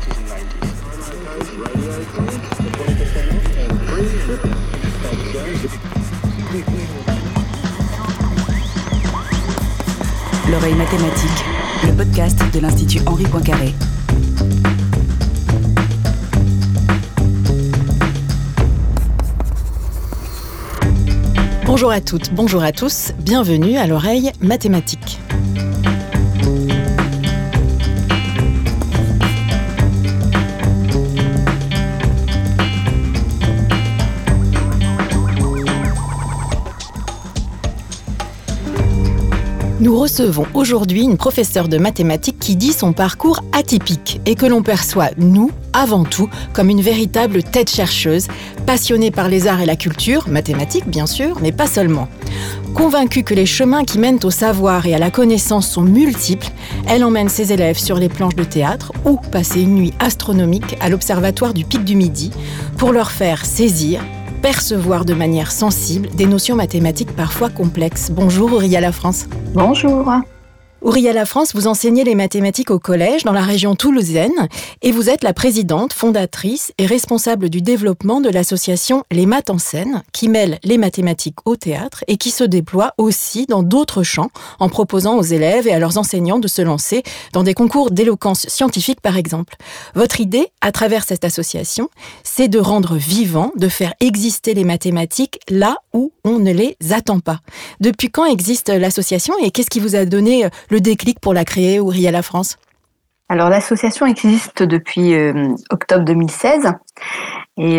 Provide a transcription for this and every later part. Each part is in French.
L'oreille mathématique, le podcast de l'Institut Henri Poincaré. Bonjour à toutes, bonjour à tous, bienvenue à l'oreille mathématique. Nous recevons aujourd'hui une professeure de mathématiques qui dit son parcours atypique et que l'on perçoit, nous, avant tout, comme une véritable tête chercheuse, passionnée par les arts et la culture, mathématiques bien sûr, mais pas seulement. Convaincue que les chemins qui mènent au savoir et à la connaissance sont multiples, elle emmène ses élèves sur les planches de théâtre ou passer une nuit astronomique à l'Observatoire du Pic du Midi pour leur faire saisir, percevoir de manière sensible des notions mathématiques parfois complexes. Bonjour Ouria Lafrance. Bonjour. Ouria Lafrance, vous enseignez les mathématiques au collège dans la région toulousaine et vous êtes la présidente, fondatrice et responsable du développement de l'association Les Maths en scène qui mêle les mathématiques au théâtre et qui se déploie aussi dans d'autres champs en proposant aux élèves et à leurs enseignants de se lancer dans des concours d'éloquence scientifique par exemple. Votre idée, à travers cette association, c'est de rendre vivant, de faire exister les mathématiques là où on ne les attend pas. Depuis quand existe l'association et qu'est-ce qui vous a donné le déclic pour la créer, Ouria Lafrance? Alors l'association existe depuis octobre 2016 et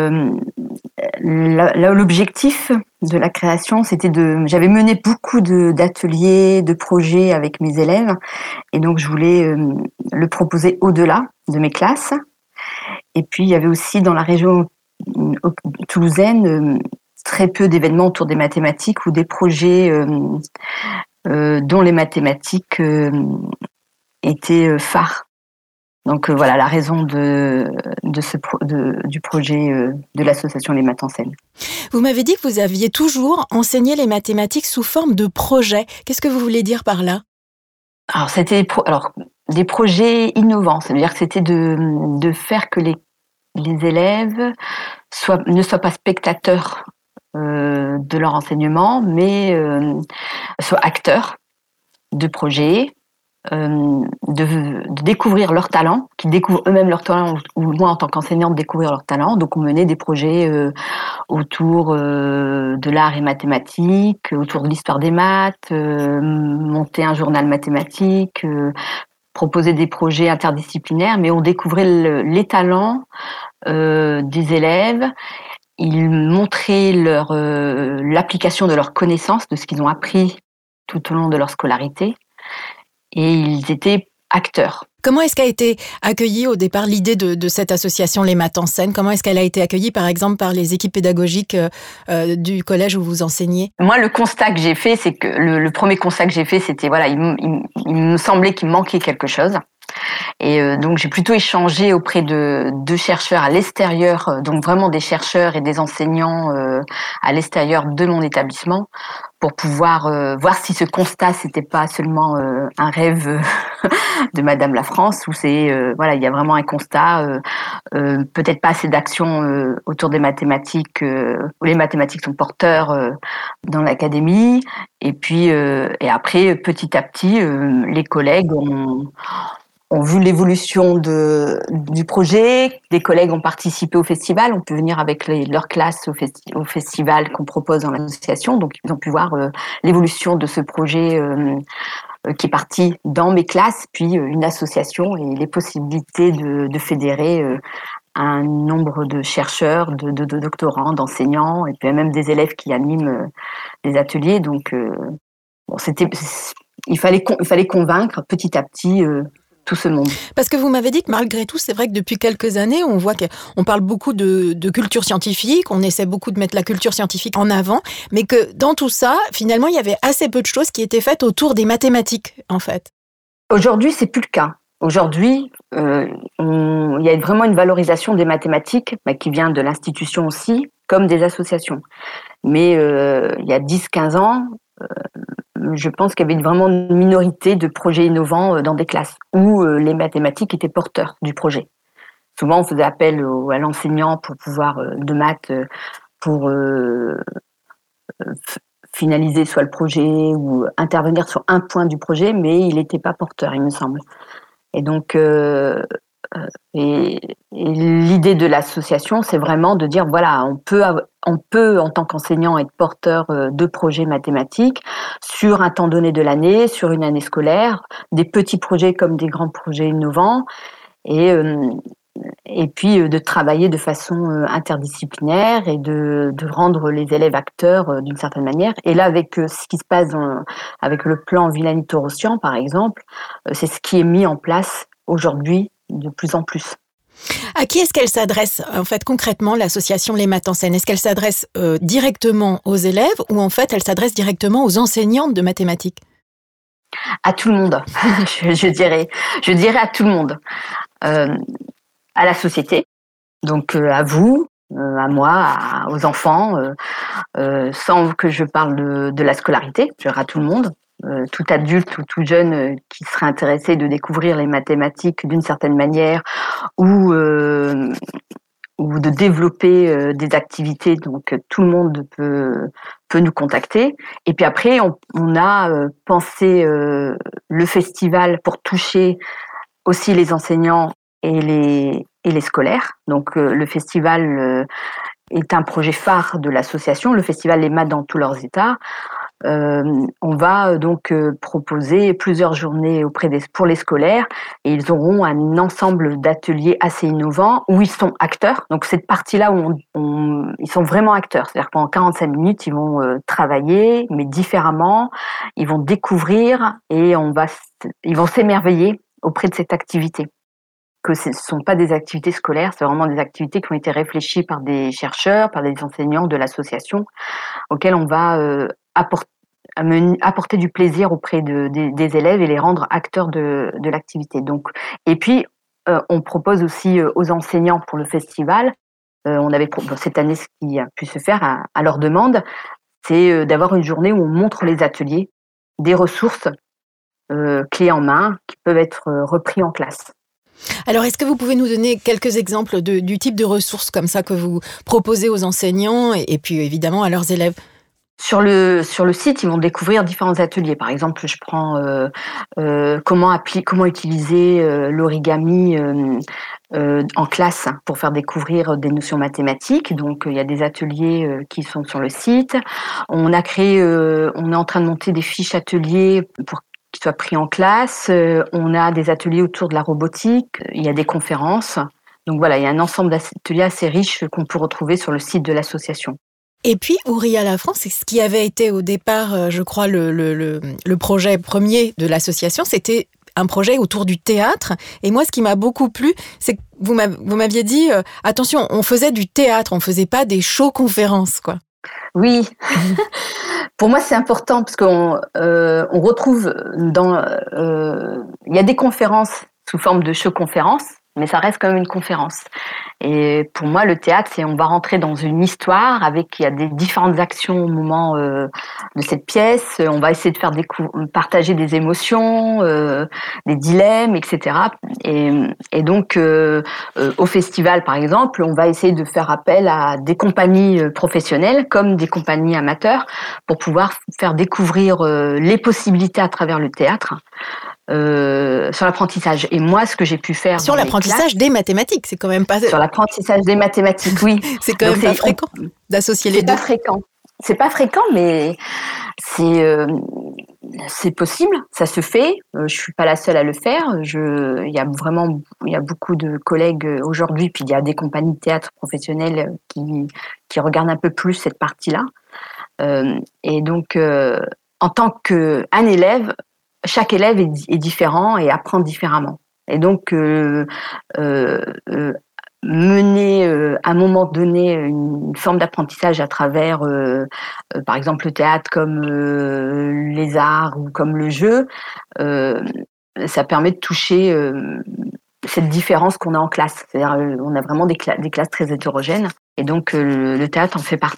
l'objectif de la création, j'avais mené beaucoup d'ateliers, de projets avec mes élèves et donc je voulais le proposer au-delà de mes classes. Et puis il y avait aussi dans la région toulousaine très peu d'événements autour des mathématiques ou des projets dont les mathématiques étaient phares. Donc voilà la raison du projet de l'association Les Maths en scène. Vous m'avez dit que vous aviez toujours enseigné les mathématiques sous forme de projet. Qu'est-ce que vous voulez dire par là? Alors c'était des projets innovants, c'est-à-dire que c'était de faire que les élèves ne soient pas spectateurs de leur enseignement, mais soient acteurs de projets, de découvrir leurs talents, qui découvrent eux-mêmes leurs talents, ou moi en tant qu'enseignante découvrir leurs talents. Donc on menait des projets autour de l'art et mathématiques, autour de l'histoire des maths, monter un journal mathématique, proposer des projets interdisciplinaires, mais on découvrait les talents des élèves. Ils montraient l'application de leurs connaissances, de ce qu'ils ont appris tout au long de leur scolarité, et ils étaient acteurs. Comment est-ce qu'a été accueillie au départ l'idée de cette association Les Maths en scène? Comment est-ce qu'elle a été accueillie par exemple par les équipes pédagogiques du collège où vous enseignez? Moi, le constat que j'ai fait, c'est que le premier constat que j'ai fait, c'était il me semblait qu'il me manquait quelque chose. Et donc j'ai plutôt échangé auprès de chercheurs à l'extérieur, donc vraiment des chercheurs et des enseignants à l'extérieur de mon établissement, pour pouvoir voir si ce constat c'était pas seulement un rêve de Madame Lafrance, où il y a vraiment un constat, peut-être pas assez d'action autour des mathématiques, où les mathématiques sont porteurs dans l'académie, et puis et après petit à petit les collègues ont vu l'évolution du projet. Des collègues ont participé au festival. On peut venir avec leur classe au festival qu'on propose dans l'association. Donc, ils ont pu voir l'évolution de ce projet qui est parti dans mes classes, puis une association et les possibilités de fédérer un nombre de chercheurs, de doctorants, d'enseignants, et puis même des élèves qui animent des ateliers. Donc, il fallait convaincre petit à petit tout ce monde. Parce que vous m'avez dit que malgré tout, c'est vrai que depuis quelques années, on voit qu'on parle beaucoup de culture scientifique, on essaie beaucoup de mettre la culture scientifique en avant, mais que dans tout ça, finalement, il y avait assez peu de choses qui étaient faites autour des mathématiques, en fait. Aujourd'hui, c'est plus le cas. Aujourd'hui, il y a vraiment une valorisation des mathématiques qui vient de l'institution aussi, comme des associations. Mais il y a 10-15 ans, je pense qu'il y avait vraiment une minorité de projets innovants dans des classes où les mathématiques étaient porteurs du projet. Souvent, on faisait appel à l'enseignant pour pouvoir de maths pour finaliser soit le projet ou intervenir sur un point du projet, mais il n'était pas porteur, il me semble. Et donc, et l'idée de l'association, c'est vraiment de dire, voilà, on peut en tant qu'enseignant être porteur de projets mathématiques sur un temps donné de l'année, sur une année scolaire, des petits projets comme des grands projets innovants, et puis de travailler de façon interdisciplinaire et de rendre les élèves acteurs d'une certaine manière. Et là, avec ce qui se passe avec le plan Villani-Torossian, par exemple, c'est ce qui est mis en place aujourd'hui de plus en plus. À qui est-ce qu'elle s'adresse, en fait, concrètement, l'association Les Maths en Scène? Est-ce qu'elle s'adresse directement aux élèves ou en fait, elle s'adresse directement aux enseignantes de mathématiques? À tout le monde, je dirais à tout le monde. À la société, donc à vous, à moi, aux enfants, sans que je parle de la scolarité, je dirais à tout le monde. Tout adulte ou tout jeune qui serait intéressé de découvrir les mathématiques d'une certaine manière ou de développer des activités, donc tout le monde peut nous contacter. Et puis après, on a pensé le festival pour toucher aussi les enseignants et les scolaires. Donc le festival est un projet phare de l'association, le festival Les Maths dans tous leurs états. On va donc proposer plusieurs journées pour les scolaires et ils auront un ensemble d'ateliers assez innovants où ils sont acteurs. Donc cette partie-là où ils sont vraiment acteurs, c'est-à-dire que pendant 45 minutes ils vont travailler mais différemment, ils vont découvrir et ils vont s'émerveiller auprès de cette activité. Que ce ne sont pas des activités scolaires, c'est vraiment des activités qui ont été réfléchies par des chercheurs, par des enseignants de l'association, auxquels on va apporter du plaisir auprès des élèves et les rendre acteurs de l'activité. Donc, et puis, on propose aussi aux enseignants pour le festival, on avait cette année ce qui a pu se faire à leur demande, c'est d'avoir une journée où on montre les ateliers, des ressources clés en main qui peuvent être repris en classe. Alors, est-ce que vous pouvez nous donner quelques exemples du type de ressources comme ça que vous proposez aux enseignants et puis évidemment à leurs élèves? Sur le site, ils vont découvrir différents ateliers. Par exemple, je prends comment utiliser l'origami en classe pour faire découvrir des notions mathématiques. Donc, il y a des ateliers qui sont sur le site. On est en train de monter des fiches ateliers pour qui soient pris en classe. On a des ateliers autour de la robotique. Il y a des conférences. Donc voilà, il y a un ensemble d'ateliers assez riches qu'on peut retrouver sur le site de l'association. Et puis, Ouria la France, c'est ce qui avait été au départ, je crois, le projet premier de l'association, c'était un projet autour du théâtre. Et moi, ce qui m'a beaucoup plu, c'est que vous m'aviez dit, attention, on faisait du théâtre, on faisait pas des shows-conférences, quoi. Oui, pour moi c'est important parce qu'on retrouve il y a des conférences sous forme de show-conférences, mais ça reste quand même une conférence. Et pour moi, le théâtre, c'est on va rentrer dans une histoire il y a des différentes actions au moment de cette pièce. On va essayer de faire partager des émotions, des dilemmes, etc. Et donc, au festival, par exemple, on va essayer de faire appel à des compagnies professionnelles comme des compagnies amateurs pour pouvoir faire découvrir les possibilités à travers le théâtre. Sur l'apprentissage. Et moi, ce que j'ai pu faire sur l'apprentissage des mathématiques, c'est quand même pas sur l'apprentissage des mathématiques, oui. C'est quand même pas fréquent d'associer les deux. C'est pas fréquent, mais c'est possible, ça se fait. Je suis pas la seule à le faire. Il y a beaucoup de collègues aujourd'hui, puis il y a des compagnies de théâtre professionnelles qui regardent un peu plus cette partie-là. Et donc, en tant qu'un élève, chaque élève est différent et apprend différemment. Et donc, mener à un moment donné une forme d'apprentissage à travers, par exemple, le théâtre comme les arts ou comme le jeu, ça permet de toucher cette différence qu'on a en classe. C'est-à-dire, on a vraiment des classes très hétérogènes et donc le théâtre en fait partie.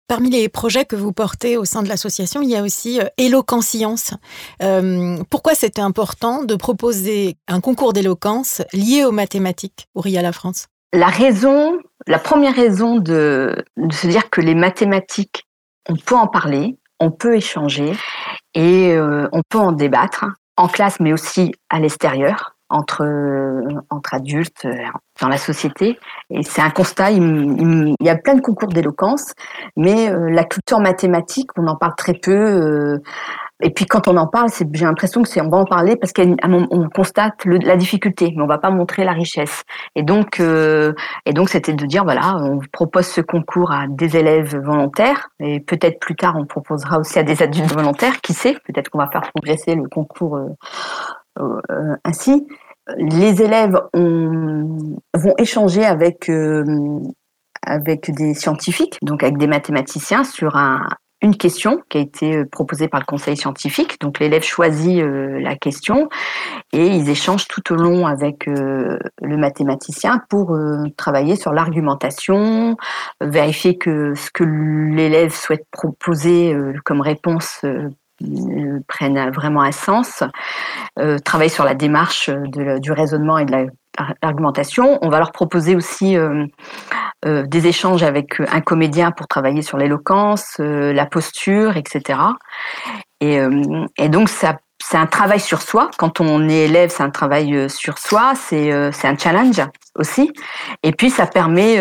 Parmi les projets que vous portez au sein de l'association, il y a aussi Éloquence Science. Pourquoi c'était important de proposer un concours d'éloquence lié aux mathématiques, Aurélia Lafrance ? La première raison de se dire que les mathématiques, on peut en parler, on peut échanger et on peut en débattre en classe, mais aussi à l'extérieur, entre adultes, dans la société. Et c'est un constat, il y a plein de concours d'éloquence, mais la culture mathématique, on en parle très peu. Et puis quand on en parle, j'ai l'impression que on va en parler parce qu'on constate la difficulté, mais on va pas montrer la richesse. Et donc c'était de dire voilà, on propose ce concours à des élèves volontaires et peut-être plus tard on proposera aussi à des adultes volontaires. Qui sait, peut-être qu'on va faire progresser le concours ainsi. Les élèves vont échanger avec des scientifiques, donc avec des mathématiciens sur une question qui a été proposée par le conseil scientifique. Donc l'élève choisit la question et ils échangent tout au long avec le mathématicien pour travailler sur l'argumentation, vérifier que ce que l'élève souhaite proposer comme réponse prenne vraiment un sens, travailler sur la démarche du raisonnement et de l'argumentation. On va leur proposer aussi des échanges avec un comédien pour travailler sur l'éloquence, la posture, etc. Et donc c'est un travail sur soi. Quand on est élève, c'est un travail sur soi, c'est un challenge aussi. Et puis ça permet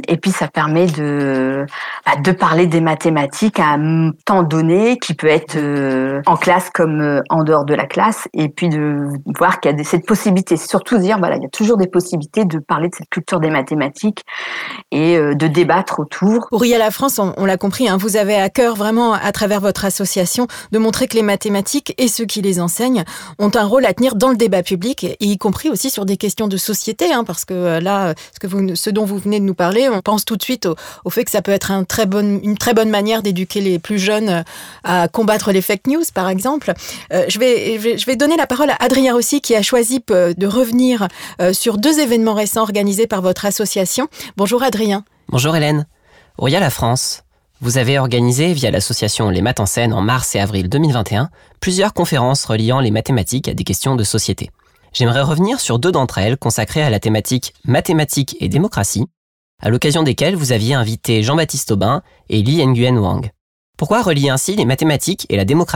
de parler des mathématiques à un temps donné qui peut être en classe comme en dehors de la classe, et puis de voir qu'il y a cette possibilité. C'est surtout dire voilà, il y a toujours des possibilités de parler de cette culture des mathématiques et de débattre autour. Aurélia Lafrance, on l'a compris, vous avez à cœur vraiment à travers votre association de montrer que les mathématiques et ceux qui les enseignent ont un rôle à tenir dans le débat public, et y compris aussi sur des questions de société, parce que là, ce dont vous venez de nous parler, on pense tout de suite au fait que ça peut être une très bonne manière d'éduquer les plus jeunes à combattre les fake news, par exemple. Je vais donner la parole à Adrien Rossi, qui a choisi de revenir sur 2 événements récents organisés par votre association. Bonjour Adrien. Bonjour Hélène. Aurélia Lafrance, vous avez organisé via l'association Les Maths en Scène en mars et avril 2021 plusieurs conférences reliant les mathématiques à des questions de société. J'aimerais revenir sur 2 d'entre elles consacrées à la thématique mathématiques et démocratie, à l'occasion desquelles vous aviez invité Jean-Baptiste Aubin et Li Nguyen Wang. Pourquoi relier ainsi les mathématiques et la démocratie ?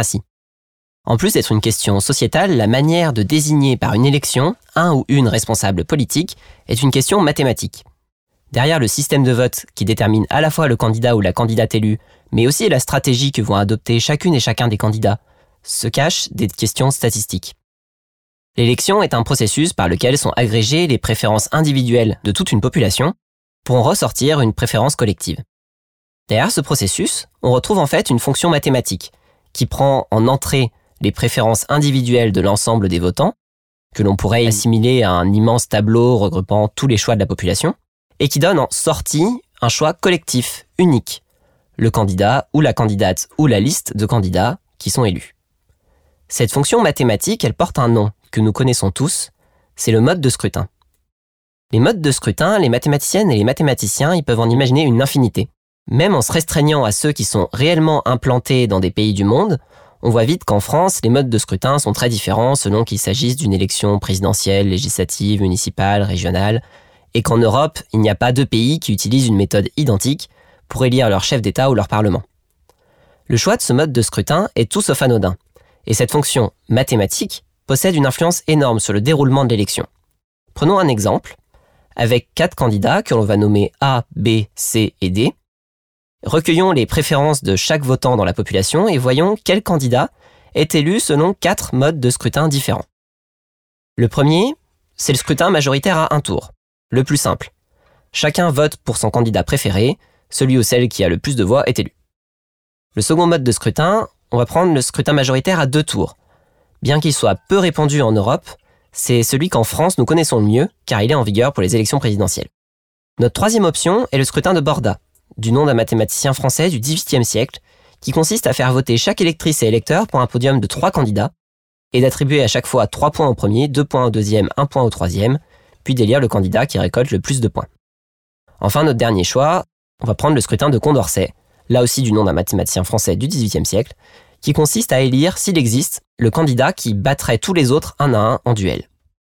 En plus d'être une question sociétale, la manière de désigner par une élection un ou une responsable politique est une question mathématique. Derrière le système de vote qui détermine à la fois le candidat ou la candidate élue, mais aussi la stratégie que vont adopter chacune et chacun des candidats, se cachent des questions statistiques. L'élection est un processus par lequel sont agrégées les préférences individuelles de toute une population pour en ressortir une préférence collective. Derrière ce processus, on retrouve en fait une fonction mathématique qui prend en entrée les préférences individuelles de l'ensemble des votants, que l'on pourrait assimiler à un immense tableau regroupant tous les choix de la population, et qui donne en sortie un choix collectif, unique, le candidat ou la candidate ou la liste de candidats qui sont élus. Cette fonction mathématique, elle porte un nom que nous connaissons tous, c'est le mode de scrutin. Les modes de scrutin, les mathématiciennes et les mathématiciens, ils peuvent en imaginer une infinité. Même en se restreignant à ceux qui sont réellement implantés dans des pays du monde, on voit vite qu'en France, les modes de scrutin sont très différents selon qu'il s'agisse d'une élection présidentielle, législative, municipale, régionale, et qu'en Europe, il n'y a pas 2 pays qui utilisent une méthode identique pour élire leur chef d'État ou leur parlement. Le choix de ce mode de scrutin est tout sauf anodin, et cette fonction mathématique possède une influence énorme sur le déroulement de l'élection. Prenons un exemple. Avec 4 candidats que l'on va nommer A, B, C et D, recueillons les préférences de chaque votant dans la population et voyons quel candidat est élu selon 4 modes de scrutin différents. Le premier, c'est le scrutin majoritaire à un tour, le plus simple. Chacun vote pour son candidat préféré, celui ou celle qui a le plus de voix est élu. Le second mode de scrutin, on va prendre le scrutin majoritaire à 2 tours. Bien qu'il soit peu répandu en Europe, c'est celui qu'en France nous connaissons le mieux, car il est en vigueur pour les élections présidentielles. Notre troisième option est le scrutin de Borda, du nom d'un mathématicien français du XVIIIe siècle, qui consiste à faire voter chaque électrice et électeur pour un podium de 3 candidats, et d'attribuer à chaque fois 3 points au premier, 2 points au deuxième, 1 point au troisième, puis d'élire le candidat qui récolte le plus de points. Enfin, notre dernier choix, on va prendre le scrutin de Condorcet, là aussi du nom d'un mathématicien français du XVIIIe siècle, qui consiste à élire, s'il existe, le candidat qui battrait tous les autres un à un en duel.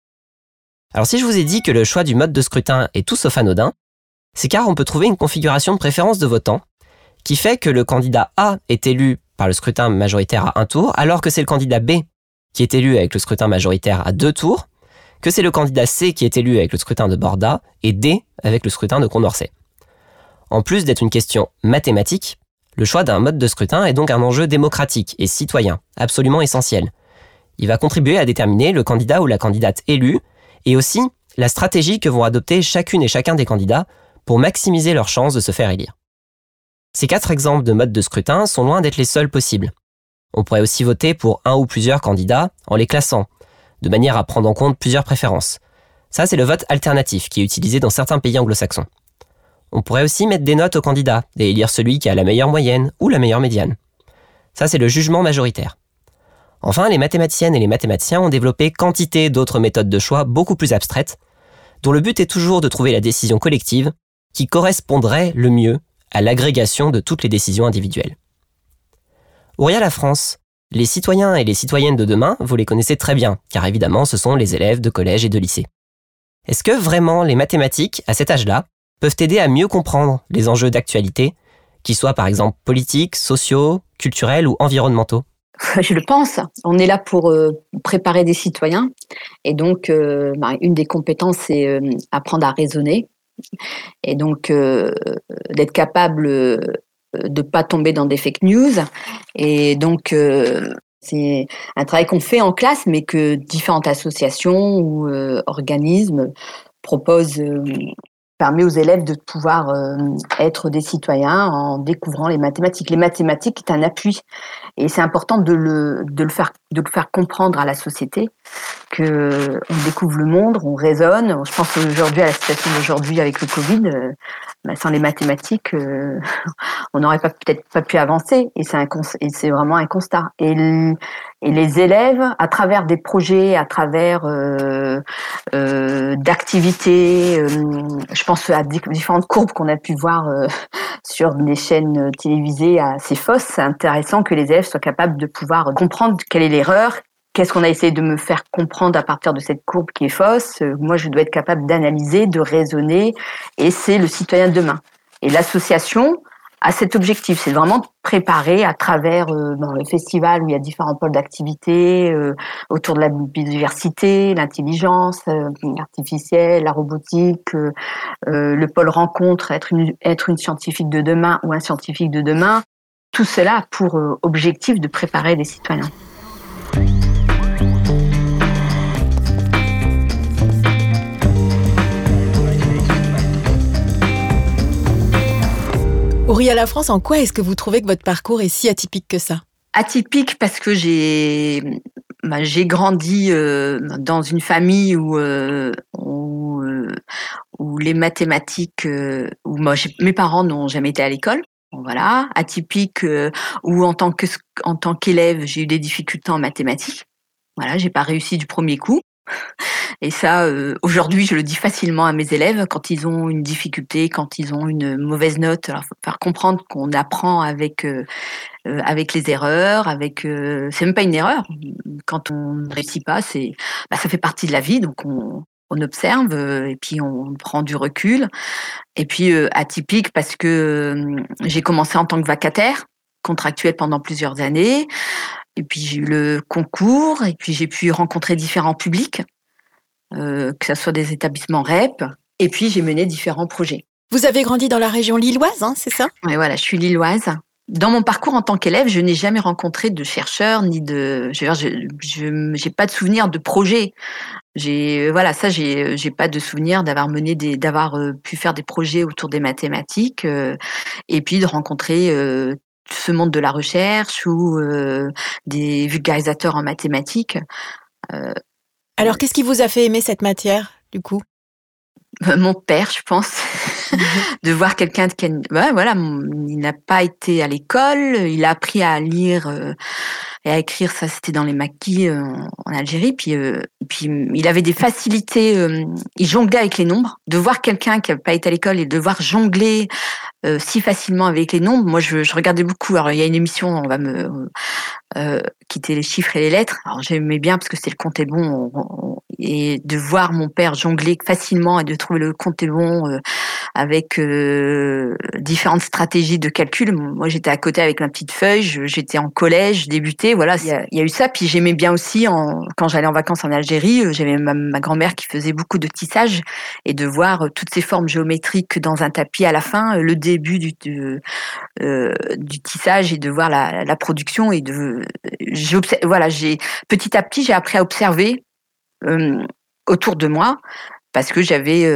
Alors si je vous ai dit que le choix du mode de scrutin est tout sauf anodin, c'est car on peut trouver une configuration de préférence de votants qui fait que le candidat A est élu par le scrutin majoritaire à un tour, alors que c'est le candidat B qui est élu avec le scrutin majoritaire à 2 tours, que c'est le candidat C qui est élu avec le scrutin de Borda et D avec le scrutin de Condorcet. En plus d'être une question mathématique, le choix d'un mode de scrutin est donc un enjeu démocratique et citoyen, absolument essentiel. Il va contribuer à déterminer le candidat ou la candidate élue et aussi la stratégie que vont adopter chacune et chacun des candidats pour maximiser leurs chances de se faire élire. Ces 4 exemples de modes de scrutin sont loin d'être les seuls possibles. On pourrait aussi voter pour un ou plusieurs candidats en les classant, de manière à prendre en compte plusieurs préférences. Ça, c'est le vote alternatif qui est utilisé dans certains pays anglo-saxons. On pourrait aussi mettre des notes aux candidats et élire celui qui a la meilleure moyenne ou la meilleure médiane. Ça, c'est le jugement majoritaire. Enfin, les mathématiciennes et les mathématiciens ont développé quantité d'autres méthodes de choix beaucoup plus abstraites, dont le but est toujours de trouver la décision collective qui correspondrait le mieux à l'agrégation de toutes les décisions individuelles. Auria la France, les citoyens et les citoyennes de demain, vous les connaissez très bien, car évidemment ce sont les élèves de collège et de lycée. Est-ce que vraiment les mathématiques, à cet âge-là, peuvent aider à mieux comprendre les enjeux d'actualité, qu'ils soient par exemple politiques, sociaux, culturels ou environnementaux ? Je le pense. On est là pour préparer des citoyens. Et donc, une des compétences, c'est apprendre à raisonner. Et donc, d'être capable de pas tomber dans des fake news. Et donc, c'est un travail qu'on fait en classe, mais que différentes associations ou organismes proposent, permet aux élèves de pouvoir être des citoyens en découvrant les mathématiques. Les mathématiques est un appui. Et c'est important de le faire comprendre à la société que on découvre le monde, on raisonne. Je pense aujourd'hui à la situation d'aujourd'hui avec le Covid. Sans les mathématiques, on n'aurait peut-être pas pu avancer. Et c'est vraiment un constat. Et les élèves, à travers des projets, à travers d'activités, je pense à différentes courbes qu'on a pu voir sur des chaînes télévisées assez fausses. C'est intéressant que les élèves soient capables de pouvoir comprendre quelle est l'erreur, qu'est-ce qu'on a essayé de me faire comprendre à partir de cette courbe qui est fausse. Moi, je dois être capable d'analyser, de raisonner, et c'est le citoyen de demain. Et l'association a cet objectif, c'est vraiment de préparer à travers le festival où il y a différents pôles d'activité autour de la biodiversité, l'intelligence artificielle, la robotique, le pôle rencontre, être une scientifique de demain ou un scientifique de demain. Tout cela a pour objectif de préparer les citoyens. Auria la France, en quoi est-ce que vous trouvez que votre parcours est si atypique que ça ? Atypique parce que j'ai grandi dans une famille où les mathématiques, mes parents n'ont jamais été à l'école. Voilà, atypique où en tant qu'élève, j'ai eu des difficultés en mathématiques. Voilà, j'ai pas réussi du premier coup. Et ça, aujourd'hui, je le dis facilement à mes élèves quand ils ont une difficulté, quand ils ont une mauvaise note. Alors, faut faire comprendre qu'on apprend avec les erreurs, c'est même pas une erreur. Quand on ne réussit pas, ça fait partie de la vie, donc on observe et puis on prend du recul. Et puis atypique parce que j'ai commencé en tant que vacataire, contractuelle pendant plusieurs années. Et puis j'ai eu le concours et puis j'ai pu rencontrer différents publics, que ce soit des établissements REP. Et puis j'ai mené différents projets. Vous avez grandi dans la région lilloise, c'est ça ? Oui, voilà, je suis lilloise. Dans mon parcours en tant qu'élève, je n'ai jamais rencontré de chercheurs ni de. J'ai pas de souvenir de projet. J'ai pas de souvenir d'avoir pu faire des projets autour des mathématiques et puis de rencontrer ce monde de la recherche ou des vulgarisateurs en mathématiques. Alors, qu'est-ce qui vous a fait aimer cette matière, du coup ? Mon père, je pense, de voir quelqu'un il n'a pas été à l'école, il a appris à lire et à écrire, ça c'était dans les maquis en Algérie, puis il avait des facilités, il jonglait avec les nombres, de voir quelqu'un qui n'a pas été à l'école et de devoir jongler si facilement avec les nombres. Moi, je regardais beaucoup. Alors, il y a une émission, on va qui était les chiffres et les lettres. Alors, j'aimais bien parce que c'était le compte est bon. Et de voir mon père jongler facilement et de trouver le compte est bon avec différentes stratégies de calcul. Moi, j'étais à côté avec ma petite feuille. J'étais en collège, je débutais. Voilà, il y a eu ça. Puis j'aimais bien aussi, quand j'allais en vacances en Algérie, j'avais ma grand-mère qui faisait beaucoup de tissage et de voir toutes ces formes géométriques dans un tapis à la fin, le début du tissage et de voir la production et petit à petit j'ai appris à observer autour de moi parce que j'avais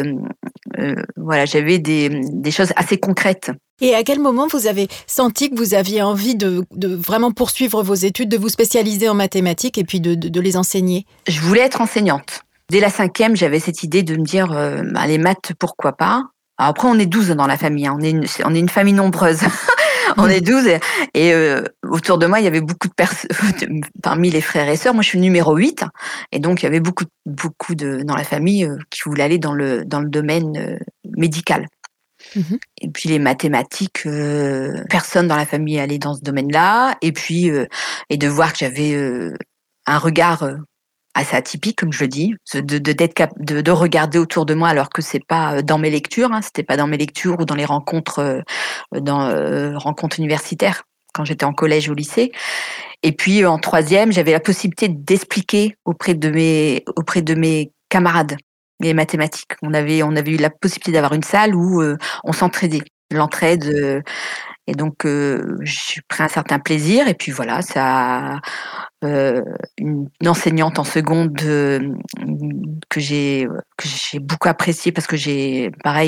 des choses assez concrètes. Et à quel moment vous avez senti que vous aviez envie de vraiment poursuivre vos études, de vous spécialiser en mathématiques et puis de les enseigner? Je voulais être enseignante. Dès la 5e, j'avais cette idée de me dire les maths, pourquoi pas. Alors après, on est 12 dans la famille. On est une famille nombreuse. On est 12 et autour de moi, il y avait beaucoup de personnes, parmi les frères et sœurs. Moi, je suis le numéro 8 et donc il y avait beaucoup dans la famille qui voulaient aller dans le domaine médical. Mmh. Et puis les mathématiques, personne dans la famille allait dans ce domaine-là. Et puis et de voir que j'avais un regard assez atypique, comme je le dis, de regarder autour de moi alors que c'est pas dans mes lectures, c'était pas dans mes lectures ou dans les rencontres rencontres universitaires quand j'étais en collège ou au lycée. Et puis en 3e, j'avais la possibilité d'expliquer auprès de mes camarades les mathématiques. On avait eu la possibilité d'avoir une salle où on s'entraidait, l'entraide. Et donc, j'ai pris un certain plaisir. Et puis voilà, ça, une enseignante en seconde que j'ai beaucoup appréciée parce que j'ai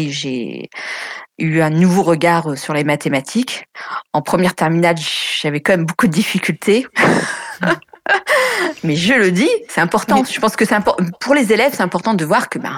eu un nouveau regard sur les mathématiques. En première terminale, j'avais quand même beaucoup de difficultés. Mais je le dis, c'est important. Je pense que pour les élèves, c'est important de voir que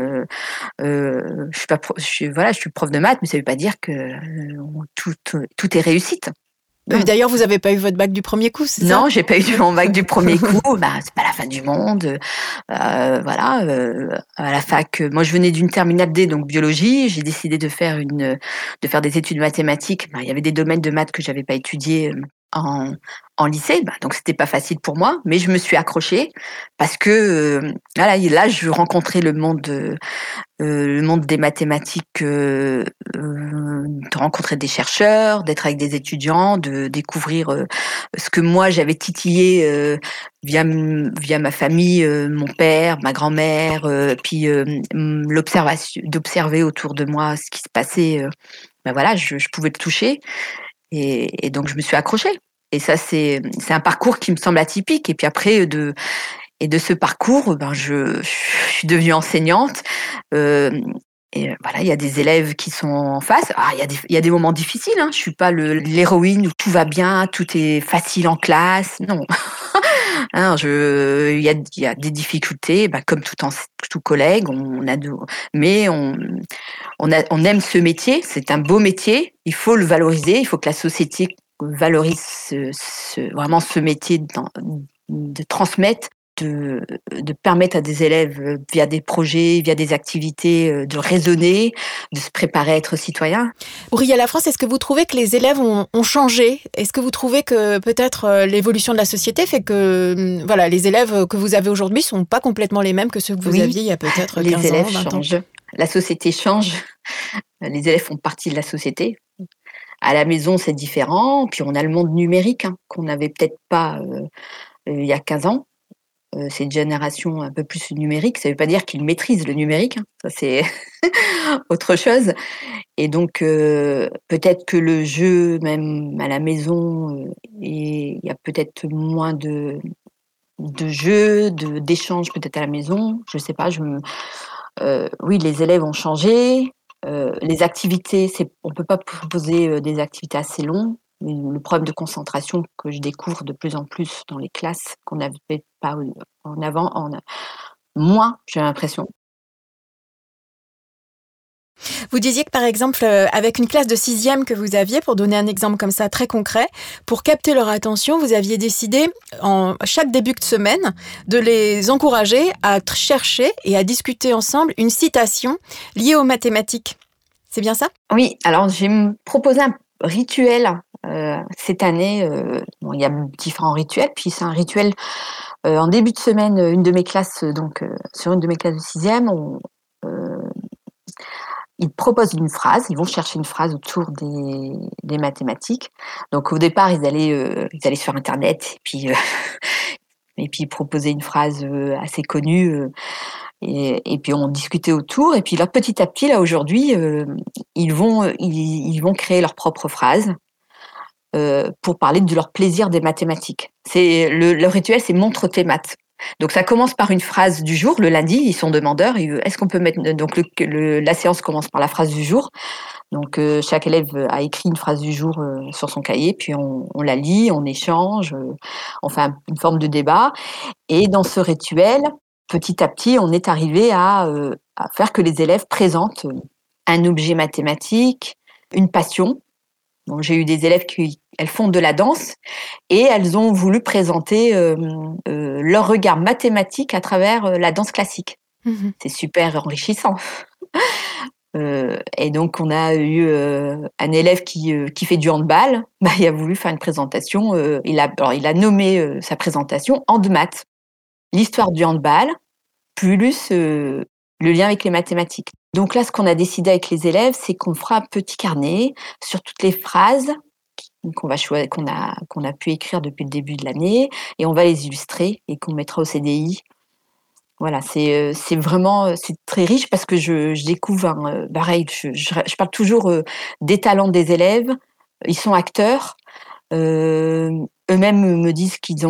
je suis prof de maths, mais ça veut pas dire que tout est réussite. D'ailleurs, vous n'avez pas eu votre bac du premier coup, c'est ça? Non, j'ai pas eu mon bac du premier coup. C'est pas la fin du monde. À la fac, moi je venais d'une terminale D, donc biologie. J'ai décidé de faire des études mathématiques. Il y avait des domaines de maths que j'avais pas étudiés en lycée, donc c'était pas facile pour moi, mais je me suis accrochée parce que là je rencontrais le monde des mathématiques, de rencontrer des chercheurs, d'être avec des étudiants, de découvrir ce que moi j'avais titillé via ma famille, mon père, ma grand-mère, puis d'observer autour de moi ce qui se passait. Je pouvais le toucher. Et donc, je me suis accrochée. Et ça, c'est un parcours qui me semble atypique. Et puis après, de ce parcours, je suis devenue enseignante. Et voilà, il y a des élèves qui sont en face. Il y a des moments difficiles. Je suis pas l'héroïne où tout va bien, tout est facile en classe. Non. Il y a des difficultés, comme tout collègue. Mais on aime ce métier. C'est un beau métier. Il faut le valoriser. Il faut que la société valorise vraiment ce métier, de transmettre, de permettre à des élèves, via des projets, via des activités, de raisonner, de se préparer à être citoyen. Aurélia Lafrance, est-ce que vous trouvez que les élèves ont changé? Est-ce que vous trouvez que peut-être l'évolution de la société fait que les élèves que vous avez aujourd'hui sont pas complètement les mêmes que ceux que vous aviez il y a peut-être 15 ans, 20 ans? Les élèves changent. La société change. Les élèves font partie de la société. À la maison, c'est différent. Puis on a le monde numérique qu'on n'avait peut-être pas il y a 15 ans. C'est une génération un peu plus numérique. Ça ne veut pas dire qu'ils maîtrisent le numérique. Ça, c'est autre chose. Et donc, peut-être que le jeu, même à la maison, il y a peut-être moins de jeux, d'échanges peut-être à la maison. Je ne sais pas. Oui, les élèves ont changé. Les activités, on ne peut pas proposer des activités assez longues. Le problème de concentration que je découvre de plus en plus dans les classes qu'on n'avait pas en avant, moins, j'ai l'impression. Vous disiez que par exemple, avec une classe de 6e que vous aviez, pour donner un exemple comme ça très concret, pour capter leur attention, vous aviez décidé, en chaque début de semaine, de les encourager à chercher et à discuter ensemble une citation liée aux mathématiques. C'est bien ça ? Oui, alors j'ai proposé un rituel cette année. Il y a différents rituels, puis c'est un rituel en début de semaine, une de mes classes, sur une de mes classes de 6e, ils proposent une phrase, ils vont chercher une phrase autour des mathématiques. Donc au départ, ils allaient sur Internet et puis ils proposaient une phrase assez connue et puis on discutait autour. Et puis là, petit à petit, là aujourd'hui, ils vont créer leur propre phrase pour parler de leur plaisir des mathématiques. Le rituel, c'est montre tes maths. Donc ça commence par une phrase du jour. Le lundi, ils sont demandeurs. Est-ce qu'on peut mettre donc la séance commence par la phrase du jour. Donc chaque élève a écrit une phrase du jour sur son cahier, puis on la lit, on échange, on fait une forme de débat. Et dans ce rituel, petit à petit, on est arrivé à faire que les élèves présentent un objet mathématique, une passion. Donc, j'ai eu des élèves elles font de la danse et elles ont voulu présenter leur regard mathématique à travers la danse classique. Mmh. C'est super enrichissant. Et donc, on a eu un élève qui fait du handball. Il a voulu faire une présentation. Il a nommé sa présentation Handmath. L'histoire du handball plus le lien avec les mathématiques. Donc là, ce qu'on a décidé avec les élèves, c'est qu'on fera un petit carnet sur toutes les phrases qu'on a pu écrire depuis le début de l'année, et on va les illustrer et qu'on mettra au CDI. Voilà, c'est vraiment très riche parce que je découvre pareil. Je parle toujours des talents des élèves. Ils sont acteurs. Eux-mêmes me disent qu'ils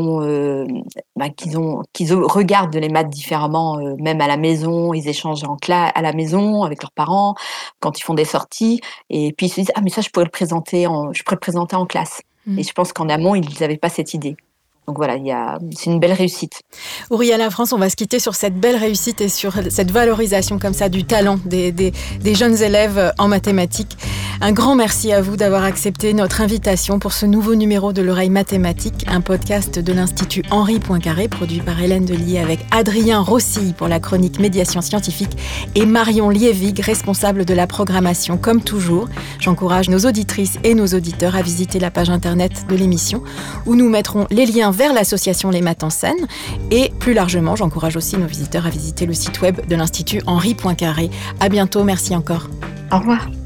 regardent les maths différemment, même à la maison. Ils échangent à la maison avec leurs parents quand ils font des sorties. Et puis ils se disent mais ça je pourrais le présenter en classe. Et je pense qu'en amont ils n'avaient pas cette idée. Donc voilà, c'est une belle réussite. Ouria La France, on va se quitter sur cette belle réussite et sur cette valorisation comme ça du talent des jeunes élèves en mathématiques. Un grand merci à vous d'avoir accepté notre invitation pour ce nouveau numéro de l'Oreille Mathématique, un podcast de l'Institut Henri Poincaré, produit par Hélène Dellier avec Adrien Rossi pour la chronique Médiation Scientifique et Marion Lievig, responsable de la programmation. Comme toujours, j'encourage nos auditrices et nos auditeurs à visiter la page internet de l'émission où nous mettrons les liens vers l'association Les Maths en Scène et plus largement, j'encourage aussi nos visiteurs à visiter le site web de l'Institut Henri Poincaré. À bientôt, merci encore. Au revoir.